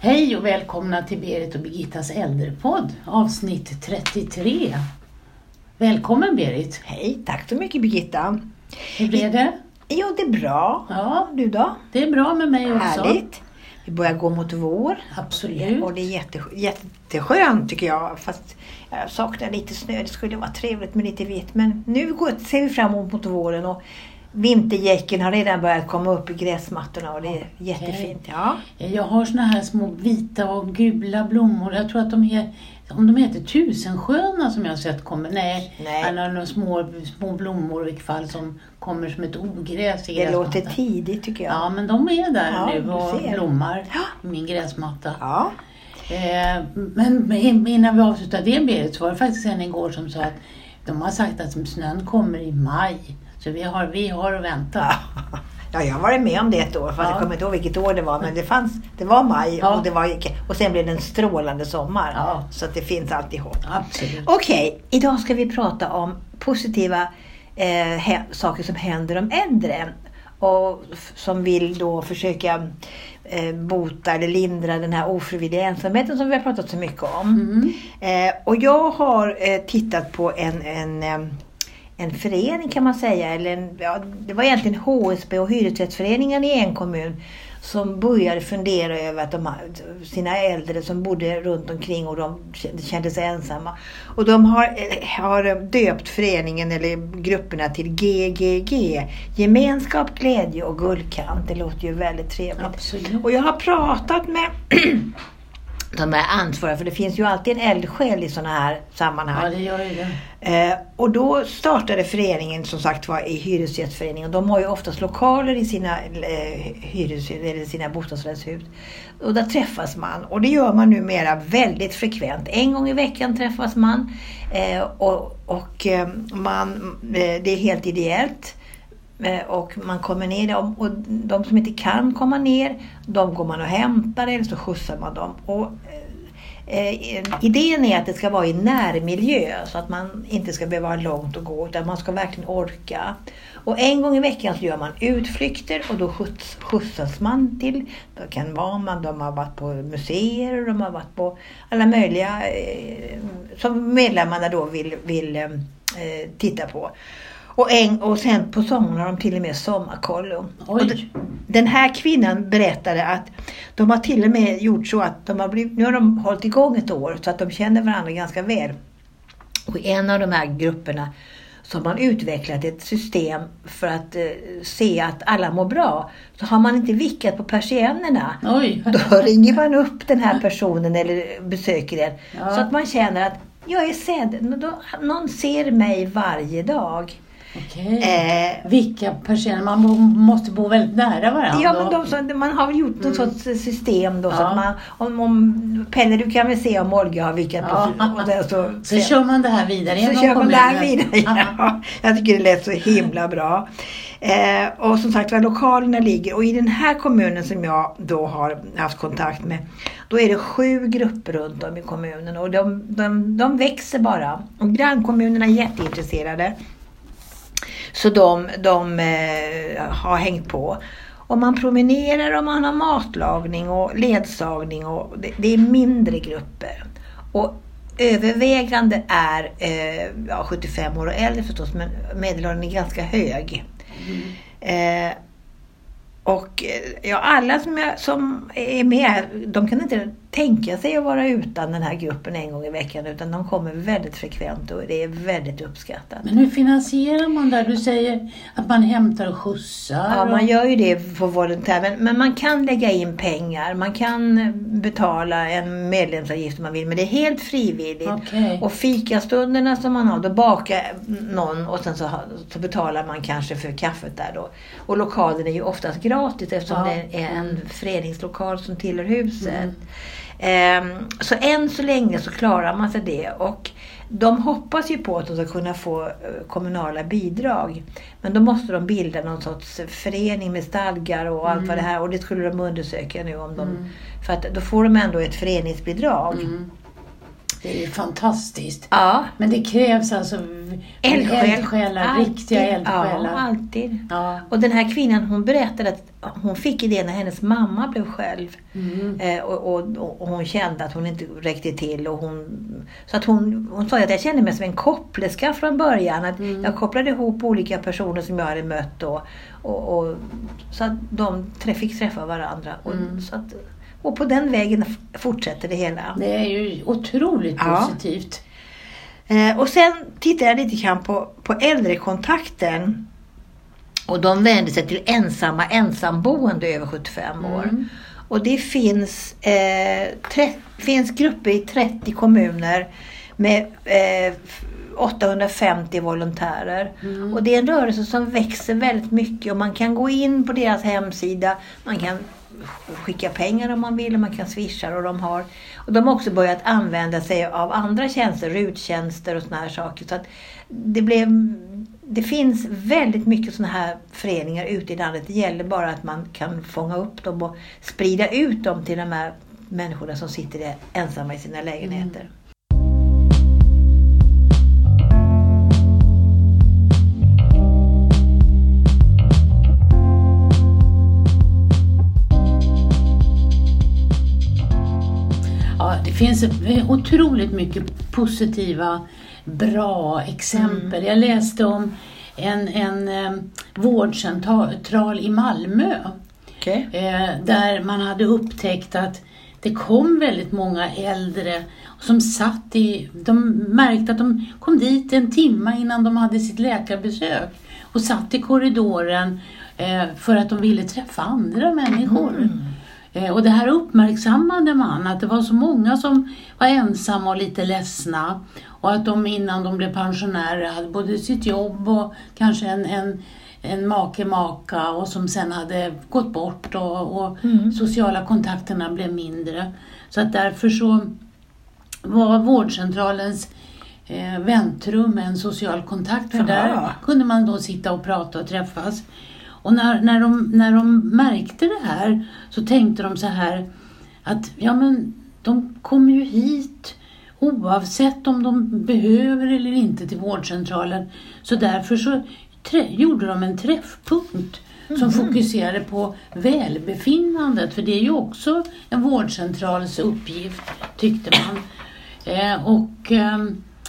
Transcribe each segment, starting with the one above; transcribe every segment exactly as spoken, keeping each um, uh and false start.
Hej och välkomna till Berit och Birgittas äldrepodd, avsnitt trettiotre. Välkommen Berit. Hej, tack så mycket Birgitta. Hur är det? Jo, det är bra. Ja, du då? Det är bra med mig också. Härligt. Vi börjar gå mot vår. Absolut. Och det är jätte, jätteskönt tycker jag. Fast jag saknar lite snö. Det skulle vara trevligt med lite vitt. Men nu går, ser vi fram emot mot våren och vintergäcken har redan börjat komma upp i gräsmattorna och det är okay. Jättefint. Ja. Jag har såna här små vita och gula blommor. Jag tror att de är, om de heter tusensköna som jag har sett kommer. Nej, Nej. Alla några små, små blommor i vilket fall som kommer som ett ogräs i Det låter tidigt tycker jag. Ja, men de är där ja, nu och blommar ja. i min gräsmatta. Ja. Eh, men innan vi avslutar det Berit så var det faktiskt en igår som sa att de har sagt att snön kommer i maj. Så vi har, vi har att vänta. Ja, jag har varit med om det ett år. Fast ja. Jag kommer inte ihåg vilket år det var. Men det, fanns, det var maj ja. och, det var, och sen blev det en strålande sommar. Ja. Så att det finns alltid hopp. Absolut. Okej, idag ska vi prata om positiva eh, he- saker som händer om äldre. Och f- som vill då försöka eh, bota eller lindra den här ofrivilliga ensamheten som vi har pratat så mycket om. Mm. Eh, och jag har eh, tittat på en... en eh, en förening kan man säga, eller en, ja, det var egentligen H S B och hyresrättsföreningen i en kommun som började fundera över att de sina äldre som bodde runt omkring och de kände sig ensamma. Och de har, har döpt föreningen eller grupperna till G G G, gemenskap, glädje och guldkant. Det låter ju väldigt trevligt. Absolut. Och jag har pratat med de är ansvariga, för det finns ju alltid en eldsjäl i sådana här sammanhang. Ja, det gör ju det. Eh, och då startade föreningen som sagt var i hyresgästföreningen. De har ju oftast lokaler i sina eh, hyreshus eller sina bostadsrättshus. Och där träffas man. Och det gör man numera väldigt frekvent. En gång i veckan träffas man. Eh, och och eh, man, eh, det är helt ideellt. Och man kommer ner och de som inte kan komma ner, de går man och hämtar eller så skjutsar man dem. Och eh, idén är att det ska vara i närmiljö så att man inte ska behöva långt att gå utan man ska verkligen orka. Och en gång i veckan så gör man utflykter och då skjuts, skjutsas man till. Det kan vara man, de har varit på museer och de har varit på alla möjliga eh, som medlemmarna då vill, vill eh, titta på. Och, en, och sen på sommaren har de till och med sommarkollo. Och den här kvinnan berättade att de har till och med gjort så att de har blivit, nu har de hållit igång ett år så att de känner varandra ganska väl. Och i en av de här grupperna så har man utvecklat ett system för att eh, se att alla mår bra. Så har man inte vickat på persiennerna, Oj. Då ringer man upp den här personen eller besöker den. Ja. Så att man känner att jag är sedd, då, någon ser mig varje dag. Okej. Eh, Vilka personer? Man måste bo väldigt nära varandra. Ja, men de, så, man har gjort något mm. sorts system då. Ja. Så att man, om, om, Pelle, du kan väl se om Olga har vilka ja. och det, så, så kör man det här vidare. Så kör man det här vidare, ja. Jag tycker det lät så himla bra. Eh, och som sagt, var lokalerna ligger. Och i den här kommunen som jag då har haft kontakt med, då är det sju grupper runt om i kommunen. Och de, de, de växer bara. Och grannkommunerna är jätteintresserade. Så de, de eh, har hängt på. Och man promenerar och man har matlagning och ledsagning. Och det, det är mindre grupper. Och övervägande är eh, ja, sjuttiofem år och äldre förstås. Men medelåldern är ganska hög. Mm. Eh, och ja, alla som, jag, som är med, de kan inte tänka sig att vara utan den här gruppen en gång i veckan, utan de kommer väldigt frekvent och det är väldigt uppskattat. Men hur finansierar man där? Du säger att man hämtar och skjutsar. Ja, och... man gör ju det på volontär, men, men man kan lägga in pengar. Man kan betala en medlemsavgift om man vill, men det är helt frivilligt. Okay. Och fikastunderna som man har, då bakar någon och sen så, så betalar man kanske för kaffet där då. Och lokalen är ju oftast gratis eftersom ja. det är en föreningslokal som tillhör huset. Mm. Så än så länge så klarar man sig det, och de hoppas ju på att de ska kunna få kommunala bidrag, men då måste de bilda någon sorts förening med stadgar och allt mm. vad det här, och det skulle de undersöka nu om de, mm. för att då får de ändå ett föreningsbidrag. Mm. Det är fantastiskt. Ja. Men det krävs alltså eldsjäl. eldsjälar, alltid. riktiga eldsjälar. Ja, alltid. Ja. Och den här kvinnan, hon berättade att hon fick idén när hennes mamma blev själv. Mm. Eh, och, och, och hon kände att hon inte räckte till. Och hon, så att hon, hon sa att jag kände mig som en kopplerska från början. Att Mm. Jag kopplade ihop olika personer som jag hade mött då. Och, och, så att de träff, fick träffa varandra. Och, Mm. så att, och på den vägen fortsätter det hela. Det är ju otroligt Ja. positivt. Eh, och sen tittar jag lite grann på, på äldrekontakten. Och de vänder sig till ensamma ensamboende över sjuttiofem år. Mm. Och det finns, eh, tre, finns grupper i trettio kommuner med eh, åttahundrafemtio volontärer. Mm. Och det är en rörelse som växer väldigt mycket. Och man kan gå in på deras hemsida. Man kan skicka pengar om man vill. Och man kan swisha. Och de har, och de har också börjat använda sig av andra tjänster. ruttjänster och såna här saker. Så att det blev... Det finns väldigt mycket såna här föreningar ute i landet. Det gäller bara att man kan fånga upp dem och sprida ut dem till de här människorna som sitter ensamma i sina lägenheter. Mm. Ja, det finns otroligt mycket positiva, bra exempel. Mm. Jag läste om en, en eh, vårdcentral i Malmö. Okay. Eh, där man hade upptäckt att det kom väldigt många äldre som satt i... De märkte att de kom dit en timme innan de hade sitt läkarbesök. Och satt i korridoren eh, för att de ville träffa andra människor. Mm. Och det här uppmärksammade man, att det var så många som var ensamma och lite ledsna. Och att de innan de blev pensionärer hade både sitt jobb och kanske en, en, en make maka och som sen hade gått bort och, och mm. sociala kontakterna blev mindre. Så att därför så var vårdcentralens eh, väntrum en social kontakt. För Jaha. Där kunde man då sitta och prata och träffas. Och när, när, de, när de märkte det här så tänkte de så här att ja, men de kommer ju hit oavsett om de behöver eller inte till vårdcentralen. Så därför så trä, gjorde de en träffpunkt som mm. fokuserade på välbefinnandet. För det är ju också en vårdcentrals uppgift, tyckte man. Eh, och eh,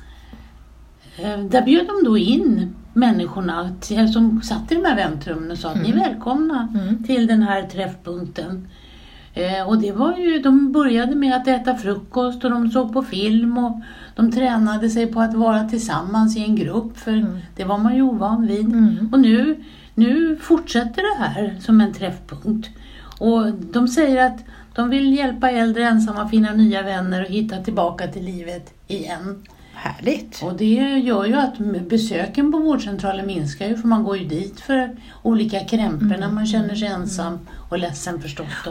där bjöd de då in människorna till, som satt i de här väntrummen och sa att mm. ni är välkomna mm. till den här träffpunkten. Eh, och det var ju, de började med att äta frukost och de såg på film och de tränade sig på att vara tillsammans i en grupp, för mm. det var man ju ovan vid. Mm. Och nu, nu fortsätter det här som en träffpunkt. Och de säger att de vill hjälpa äldre ensamma finna nya vänner och hitta tillbaka till livet igen. Härligt. Och det gör ju att besöken på vårdcentralen minskar ju, för man går ju dit för olika krämpor mm. när man känner sig ensam och ledsen förstås då.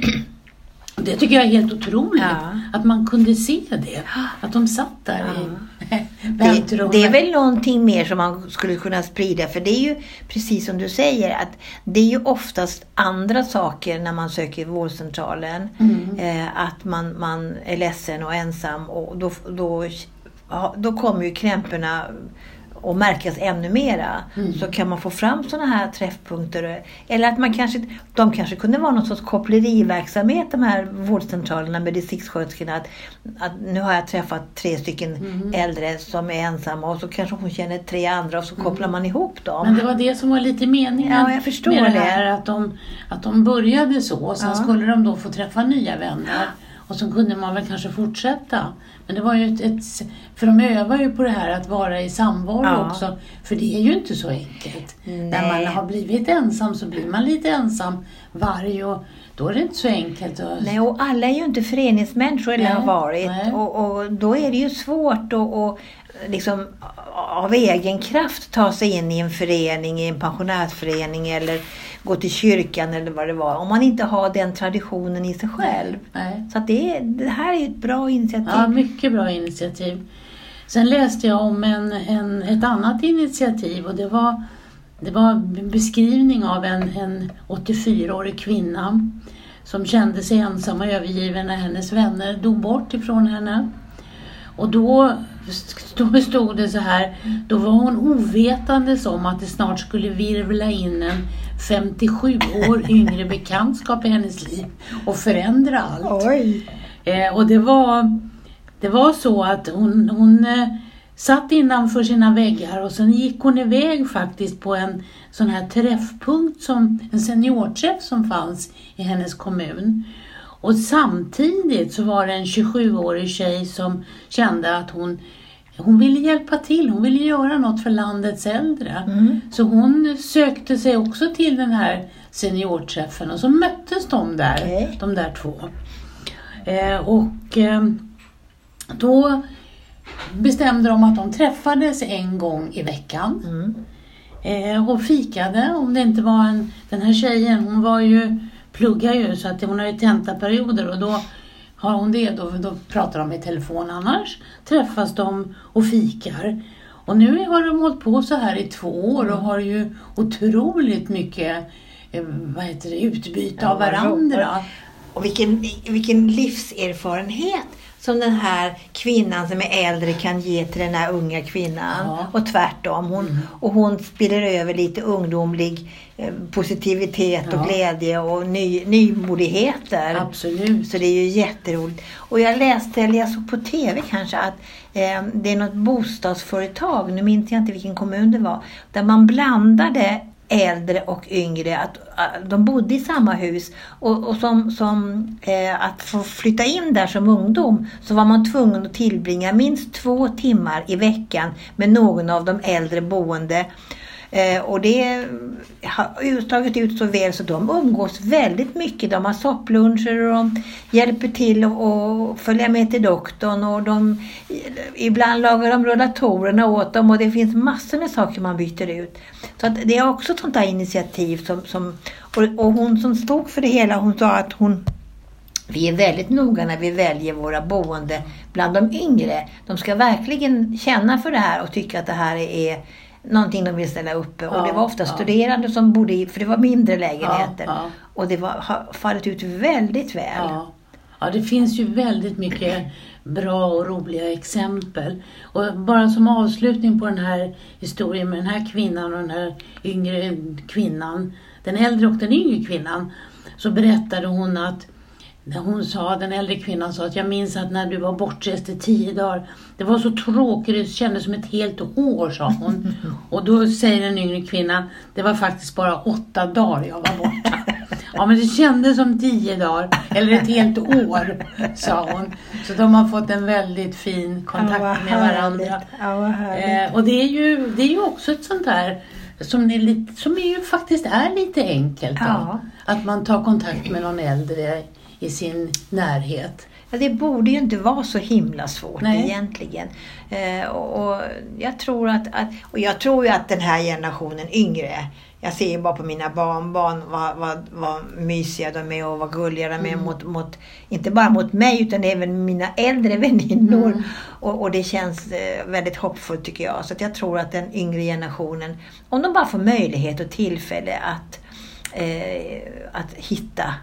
Det tycker jag är helt otroligt, ja. Att man kunde se det. Att de satt där ja. i väntrummet. Det, det är väl någonting mer som man skulle kunna sprida. För det är ju precis som du säger, att det är ju oftast andra saker när man söker vårdcentralen. Mm. Eh, att man, man är ledsen och ensam, och då, då, ja, då kommer ju krämporna och märkas ännu mera. Mm. Så kan man få fram såna här träffpunkter. Eller att man kanske, de kanske kunde vara någon sorts koppleriverksamhet, de här vårdcentralerna med distriktssköterskorna. Att, att nu har jag träffat tre stycken mm. äldre som är ensamma, och så kanske hon känner tre andra, och så kopplar mm. man ihop dem. Men det var det som var lite meningen ja, jag förstår med det det här. Att de, att de började så, och sen ja. skulle de då få träffa nya vänner. Och så kunde man väl kanske fortsätta. Men det var ju ett, ett... För de övar ju på det här att vara i samvaro ja. också. För det är ju inte så enkelt. Nej. När man har blivit ensam så blir man lite ensam varje, och då är det inte så enkelt. Att... Nej, och alla är ju inte föreningsmänniskor eller har varit. Och, och då är det ju svårt att och, liksom, av egen kraft ta sig in i en förening, i en pensionärsförening eller gå till kyrkan eller vad det var. Om man inte har den traditionen i sig själv. Nej. Så att det, det här är ett bra initiativ. Ja, mycket bra initiativ. Sen läste jag om en, en, ett annat initiativ, och det var, det var en beskrivning av en, en åttiofyraårig kvinna som kände sig ensam och övergiven när hennes vänner dog bort ifrån henne. Och då, då stod det så här, då var hon ovetandes om att det snart skulle virvla in en femtiosju år yngre bekantskap i hennes liv och förändra allt. Oj. Eh, och det var, det var så att hon, hon eh, satt innanför sina väggar och sen gick hon iväg faktiskt på en sån här träffpunkt, som en seniorträff som fanns i hennes kommun. Och samtidigt så var det en tjugosjuårig tjej som kände att hon, hon ville hjälpa till. Hon ville göra något för landets äldre. Mm. Så hon sökte sig också till den här seniorträffen och så möttes de där, okay. de där två. Eh, och eh, då bestämde de att de träffades en gång i veckan. Mm. Eh, och fikade, om det inte var en, den här tjejen, hon var ju pluggar ju så att hon har ju tentaperioder och då har hon det, då, då pratar de i telefon, annars träffas de och fikar. Och nu har de hållit på så här i två år och har ju otroligt mycket eh, vad heter det, utbyte av varandra. Och vilken, vilken livserfarenhet som den här kvinnan som är äldre kan ge till den här unga kvinnan. Ja. Och tvärtom. Hon, mm. Och hon spiller över lite ungdomlig eh, positivitet ja. och glädje och ny, nymodigheter. Absolut. Så det är ju jätteroligt. Och jag läste, eller jag såg på tv kanske, att eh, det är något bostadsföretag, nu minns jag inte vilken kommun det var, där man blandade äldre och yngre, att, att de bodde i samma hus och, och som, som eh, att få flytta in där som ungdom, så var man tvungen att tillbringa minst två timmar i veckan med någon av de äldre boende. Eh, och det har tagit ut så väl så de umgås väldigt mycket. De har soppluncher och de hjälper till att följa med till doktorn och de, ibland lagar de rullatorerna åt dem och det finns massor med saker man byter ut. Så att det är också ett sånt där initiativ som, som och, och hon som stod för det hela, hon sa att hon vi är väldigt noga när vi väljer våra boende bland de yngre. De ska verkligen känna för det här och tycka att det här är någonting de vill ställa upp. Ja, och det var ofta ja. studerande som bodde i, för det var mindre lägenheter. Ja, ja. Och det var, har fallit ut väldigt väl. Ja. ja, det finns ju väldigt mycket bra och roliga exempel. Och bara som avslutning på den här historien med den här kvinnan och den här yngre kvinnan, den äldre och den yngre kvinnan, så berättade hon att när hon sa, den äldre kvinnan sa att jag minns att när du var bortrest i tio dagar, det var så tråkigt, det kändes som ett helt år, sa hon. Och då säger den yngre kvinnan, det var faktiskt bara åtta dagar jag var borta. Ja, men det kändes som tio dagar, eller ett helt år, sa hon. Så de har fått en väldigt fin kontakt ja, med varandra. Ja, eh, och det är, ju, det är ju också ett sånt här som är, lite, som är ju faktiskt är lite enkelt. Ja. Att man tar kontakt med någon äldre i sin närhet. Ja, det borde ju inte vara så himla svårt. Nej. Egentligen. Eh, och, och jag tror att, att och jag tror ju att den här generationen yngre, jag ser ju bara på mina barnbarn vad, vad, vad mysiga de är och vad gulliga de är mm. mot, mot, inte bara mot mig utan även mina äldre väninnor. Mm. Och, och det känns eh, väldigt hoppfullt tycker jag. Så att jag tror att den yngre generationen, om de bara får möjlighet och tillfälle att, eh, att hitta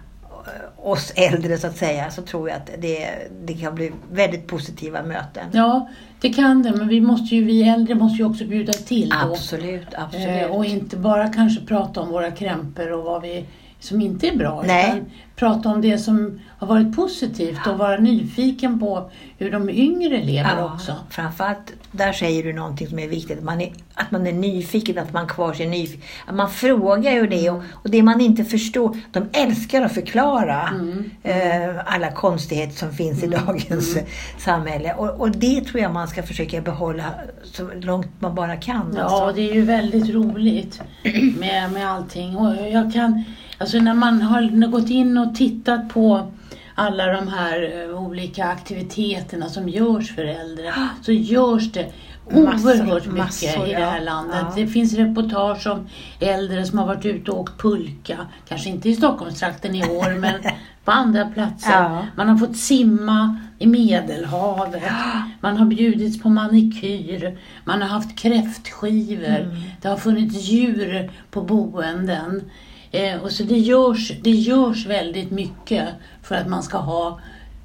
oss äldre så att säga, så tror jag att det, det kan bli väldigt positiva möten. Ja, det kan det, men vi måste ju, vi äldre måste ju också bjuda till då. Absolut, absolut. Eh, och inte bara kanske prata om våra krämpor och vad vi som inte är bra. Nej. Utan prata om det som har varit positivt och vara nyfiken på hur de yngre lever ja, också. Framförallt, där säger du någonting som är viktigt. Att man är, att man är nyfiken, att man kvar sig nyfiken. Att man frågar ju det och, och det man inte förstår. De älskar att förklara mm. eh, alla konstigheter som finns mm. i dagens mm. samhälle. Och, och det tror jag man ska försöka behålla så långt man bara kan. Ja, alltså. Det är ju väldigt roligt med, med allting. Och jag kan... Alltså när man har gått in och tittat på alla de här olika aktiviteterna som görs för äldre, så görs det oerhört mycket massor, i det här landet. Ja. Det finns reportage om äldre som har varit ute och åkt pulka. Kanske inte i Stockholmstrakten i år, men på andra platser. Ja. Man har fått simma i Medelhavet. Ja. Man har bjudits på manikyr. Man har haft kräftskivor. Mm. Det har funnits djur på boenden. Eh, och så det görs, det görs väldigt mycket för att man ska ha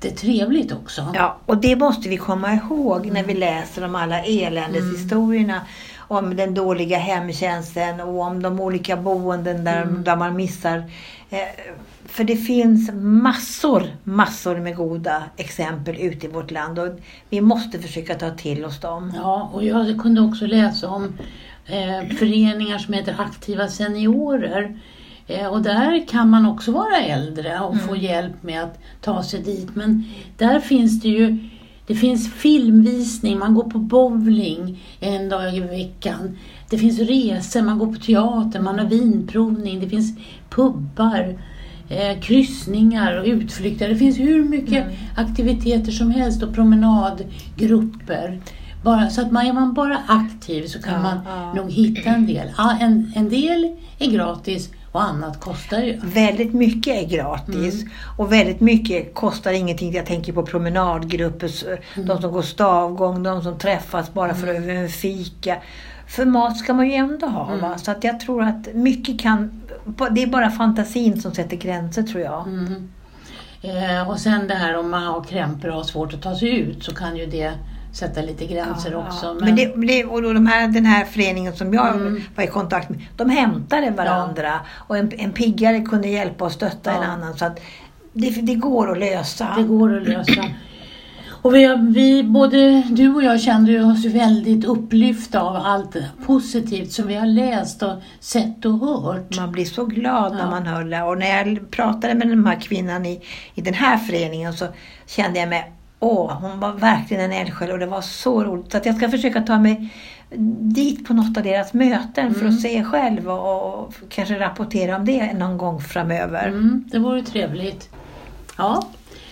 jättetrevligt också. Ja, och det måste vi komma ihåg mm. när vi läser om alla eländeshistorierna. Mm. Om den dåliga hemtjänsten och om de olika boenden där, mm. där man missar. Eh, för det finns massor, massor med goda exempel ute i vårt land. Och vi måste försöka ta till oss dem. Ja, och jag kunde också läsa om eh, föreningar som heter Aktiva seniorer. Eh, och där kan man också vara äldre och mm. få hjälp med att ta sig dit. Men där finns det ju, det finns filmvisning, man går på bowling en dag i veckan. Det finns resor, man går på teater, man har vinprovning, det finns pubbar, eh, kryssningar och utflykter. Det finns hur mycket mm. aktiviteter som helst och promenadgrupper. Bara, så att man, är man bara aktiv så kan ja, man ja. nog hitta en del. Ja, en, en del är gratis och annat kostar ju. Väldigt mycket är gratis mm. och väldigt mycket kostar ingenting. Jag tänker på promenadgrupper, mm. de som går stavgång, de som träffas bara för mm. att fika. För mat ska man ju ändå ha mm. va? Så att jag tror att mycket kan, det är bara fantasin som sätter gränser tror jag. Mm. Eh, och sen det här om man har krämpor och har svårt att ta sig ut så kan ju det sätta lite gränser ja, också. Ja. Men, men det, det, och då de här, den här föreningen som jag mm. var i kontakt med, de hämtade varandra ja. och en, en piggare kunde hjälpa och stötta ja. en annan. Så att det, det går att lösa. Det går att lösa. Och vi, vi, både du och jag kände oss väldigt upplyfta av allt positivt som vi har läst och sett och hört. Man blir så glad ja. när man hör det. Och när jag pratade med den här kvinnan i, i den här föreningen så kände jag mig, åh, hon var verkligen en eldsjäl och det var så roligt. Så att jag ska försöka ta mig dit på något av deras möten mm. för att se själv och, och kanske rapportera om det någon gång framöver. Mm, det vore trevligt. Ja,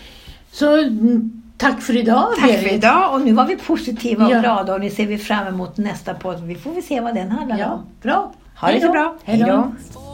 så tack för idag. Tack Berit. för idag och nu var vi positiva och ja. glada och nu ser vi fram emot nästa podd. Vi får väl se vad den handlar ja, om. Bra. Ha det så bra. Hej då.